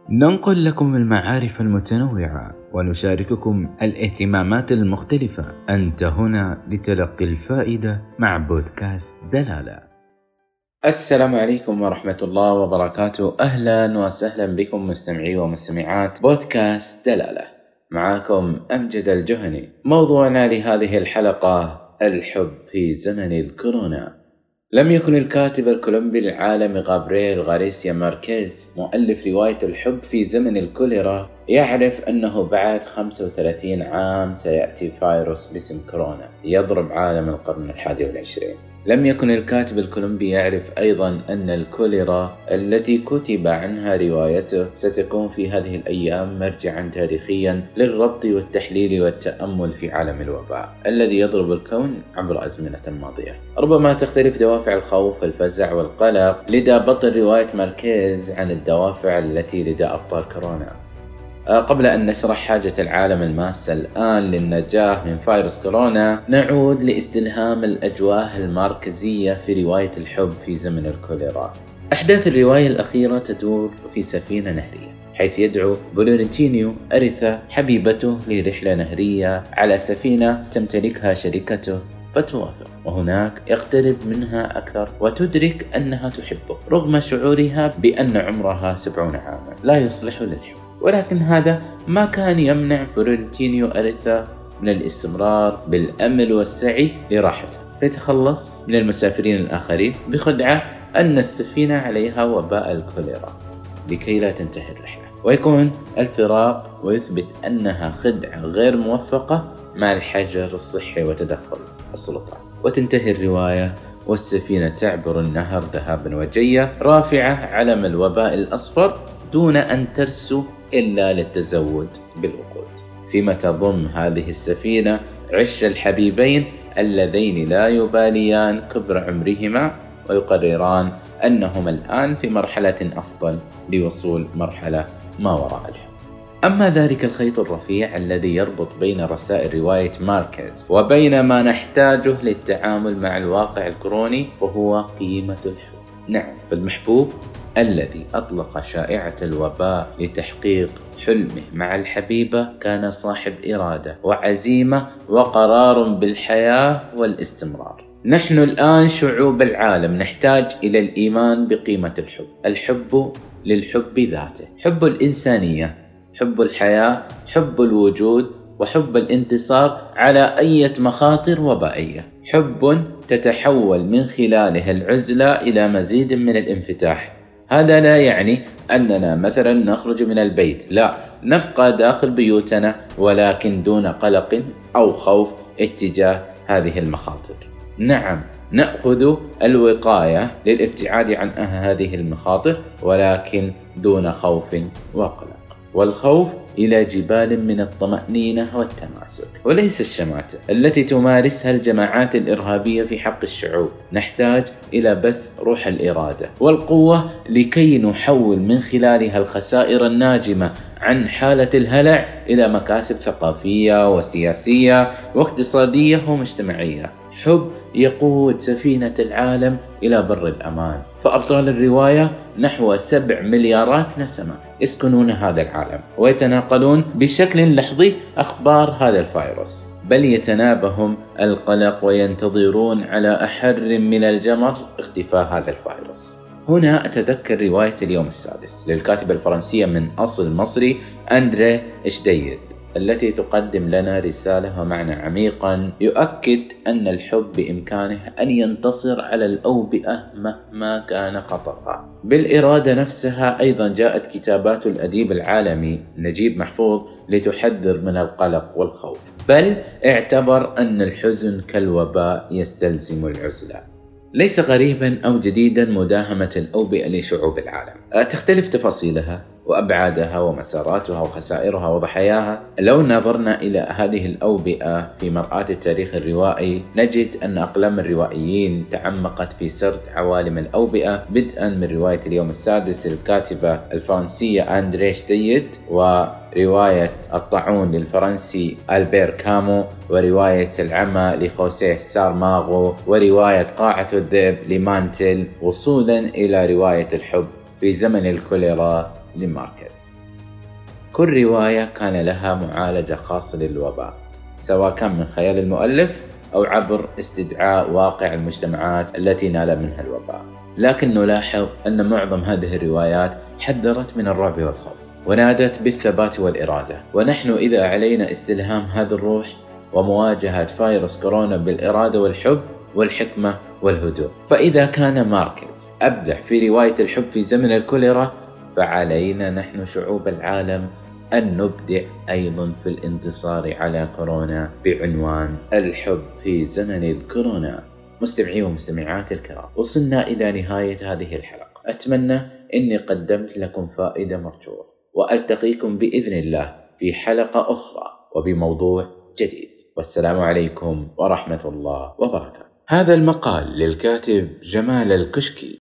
ننقل لكم المعارف المتنوعة ونشارككم الاهتمامات المختلفة. أنت هنا لتلقي الفائدة مع بودكاست دلالة. السلام عليكم ورحمة الله وبركاته. أهلا وسهلا بكم مستمعي ومستمعات بودكاست دلالة. معكم أمجد الجهني. موضوعنا لهذه الحلقة الحب في زمن الكورونا. لم يكن الكاتب الكولومبي العالمي غابرييل غارسيا ماركيز مؤلف رواية الحب في زمن الكوليرا يعرف أنه بعد 35 عام سيأتي فيروس باسم كورونا يضرب عالم القرن 21. لم يكن الكاتب الكولومبي يعرف أيضا أن الكوليرا التي كتب عنها روايته ستكون في هذه الأيام مرجعا تاريخيا للربط والتحليل والتأمل في عالم الوباء الذي يضرب الكون عبر أزمنة ماضية. ربما تختلف دوافع الخوف والفزع والقلق لدى بطل رواية ماركيز عن الدوافع التي لدى أبطال كورونا. قبل أن نشرح حاجة العالم الماسة الآن للنجاة من فيروس كورونا، نعود لاستلهام الأجواء الماركزية في رواية الحب في زمن الكوليرا. أحداث الرواية الأخيرة تدور في سفينة نهرية، حيث يدعو فالنتينو أريثا حبيبته لرحلة نهرية على سفينة تمتلكها شركته، فتوافق، وهناك يقترب منها أكثر وتدرك أنها تحبه رغم شعورها بأن عمرها 70 عاما لا يصلح للحب. ولكن هذا ما كان يمنع فالنتينو أريثا من الاستمرار بالأمل والسعي لراحته، فيتخلص من المسافرين الآخرين بخدعة أن السفينة عليها وباء الكوليرا لكي لا تنتهي الرحلة، ويكون الفراق ويثبت أنها خدعة غير موفقة مع الحجر الصحي وتدخل السلطات. وتنتهي الرواية والسفينة تعبر النهر ذهابا وجيا رافعة علم الوباء الأصفر دون أن ترسو إلا للتزود بالوقود، فيما تضم هذه السفينة عش الحبيبين اللذين لا يباليان كبر عمرهما ويقرران أنهما الآن في مرحلة أفضل لوصول مرحلة ما وراء الحب. أما ذلك الخيط الرفيع الذي يربط بين رسائل رواية ماركيز وبين ما نحتاجه للتعامل مع الواقع الكوروني وهو قيمة الحب. نعم، فالمحبوب الذي أطلق شائعة الوباء لتحقيق حلمه مع الحبيبة كان صاحب إرادة وعزيمة وقرار بالحياة والاستمرار. نحن الآن شعوب العالم نحتاج إلى الإيمان بقيمة الحب، الحب للحب ذاته، حب الإنسانية، حب الحياة، حب الوجود، وحب الانتصار على أي مخاطر وبائية، حب تتحول من خلاله العزلة إلى مزيد من الانفتاح. هذا لا يعني أننا مثلا نخرج من البيت، لا، نبقى داخل بيوتنا ولكن دون قلق أو خوف اتجاه هذه المخاطر. نعم، نأخذ الوقاية للابتعاد عن هذه المخاطر ولكن دون خوف وقلق، والخوف إلى جبال من الطمأنينة والتماسك وليس الشماتة التي تمارسها الجماعات الإرهابية في حق الشعوب. نحتاج إلى بث روح الإرادة والقوة لكي نحول من خلالها الخسائر الناجمة عن حالة الهلع إلى مكاسب ثقافية وسياسية واقتصادية ومجتمعية. حب يقود سفينة العالم إلى بر الأمان. فأبطال الرواية نحو 7 مليارات نسمة يسكنون هذا العالم ويتناقلون بشكل لحظي أخبار هذا الفيروس، بل يتنابهم القلق وينتظرون على أحر من الجمر اختفاء هذا الفيروس. هنا أتذكر رواية اليوم السادس للكاتبة الفرنسية من أصل مصري أندريه شديد، التي تقدم لنا رسالة ومعنى عميقا يؤكد أن الحب بإمكانه أن ينتصر على الأوبئة مهما كان خطرها. بالإرادة نفسها أيضا جاءت كتابات الأديب العالمي نجيب محفوظ لتحذر من القلق والخوف، بل اعتبر أن الحزن كالوباء يستلزم العزلة. ليس غريبا أو جديدا مداهمة الأوبئة لشعوب العالم، تختلف تفاصيلها وأبعادها ومساراتها وخسائرها وضحاياها. لو نظرنا إلى هذه الأوبئة في مرآة التاريخ الروائي نجد أن أقلام الروائيين تعمقت في سرد عوالم الأوبئة، بدءا من رواية اليوم السادس للكاتبة الفرنسية أندريه شديد، ورواية الطاعون للفرنسي ألبير كامو، ورواية العمى لخوسيه سارماغو، ورواية قاعة الذئب لمانتل، وصولا إلى رواية الحب في زمن الكوليرا لماركيز. كل رواية كان لها معالجة خاصة للوباء، سواء كان من خيال المؤلف أو عبر استدعاء واقع المجتمعات التي نال منها الوباء. لكن نلاحظ أن معظم هذه الروايات حذرت من الرعب والخوف، ونادت بالثبات والإرادة. ونحن إذا علينا استلهام هذه الروح ومواجهة فيروس كورونا بالإرادة والحب والحكمة والهدوء. فإذا كان ماركيز أبدع في رواية الحب في زمن الكوليرا، فعلينا نحن شعوب العالم أن نبدع أيضا في الانتصار على كورونا بعنوان الحب في زمن الكورونا. مستمعي ومستمعات الكرام، وصلنا إلى نهاية هذه الحلقة. أتمنى أني قدمت لكم فائدة مرجوة، وألتقيكم بإذن الله في حلقة أخرى وبموضوع جديد. والسلام عليكم ورحمة الله وبركاته. هذا المقال للكاتب جمال الكشكي.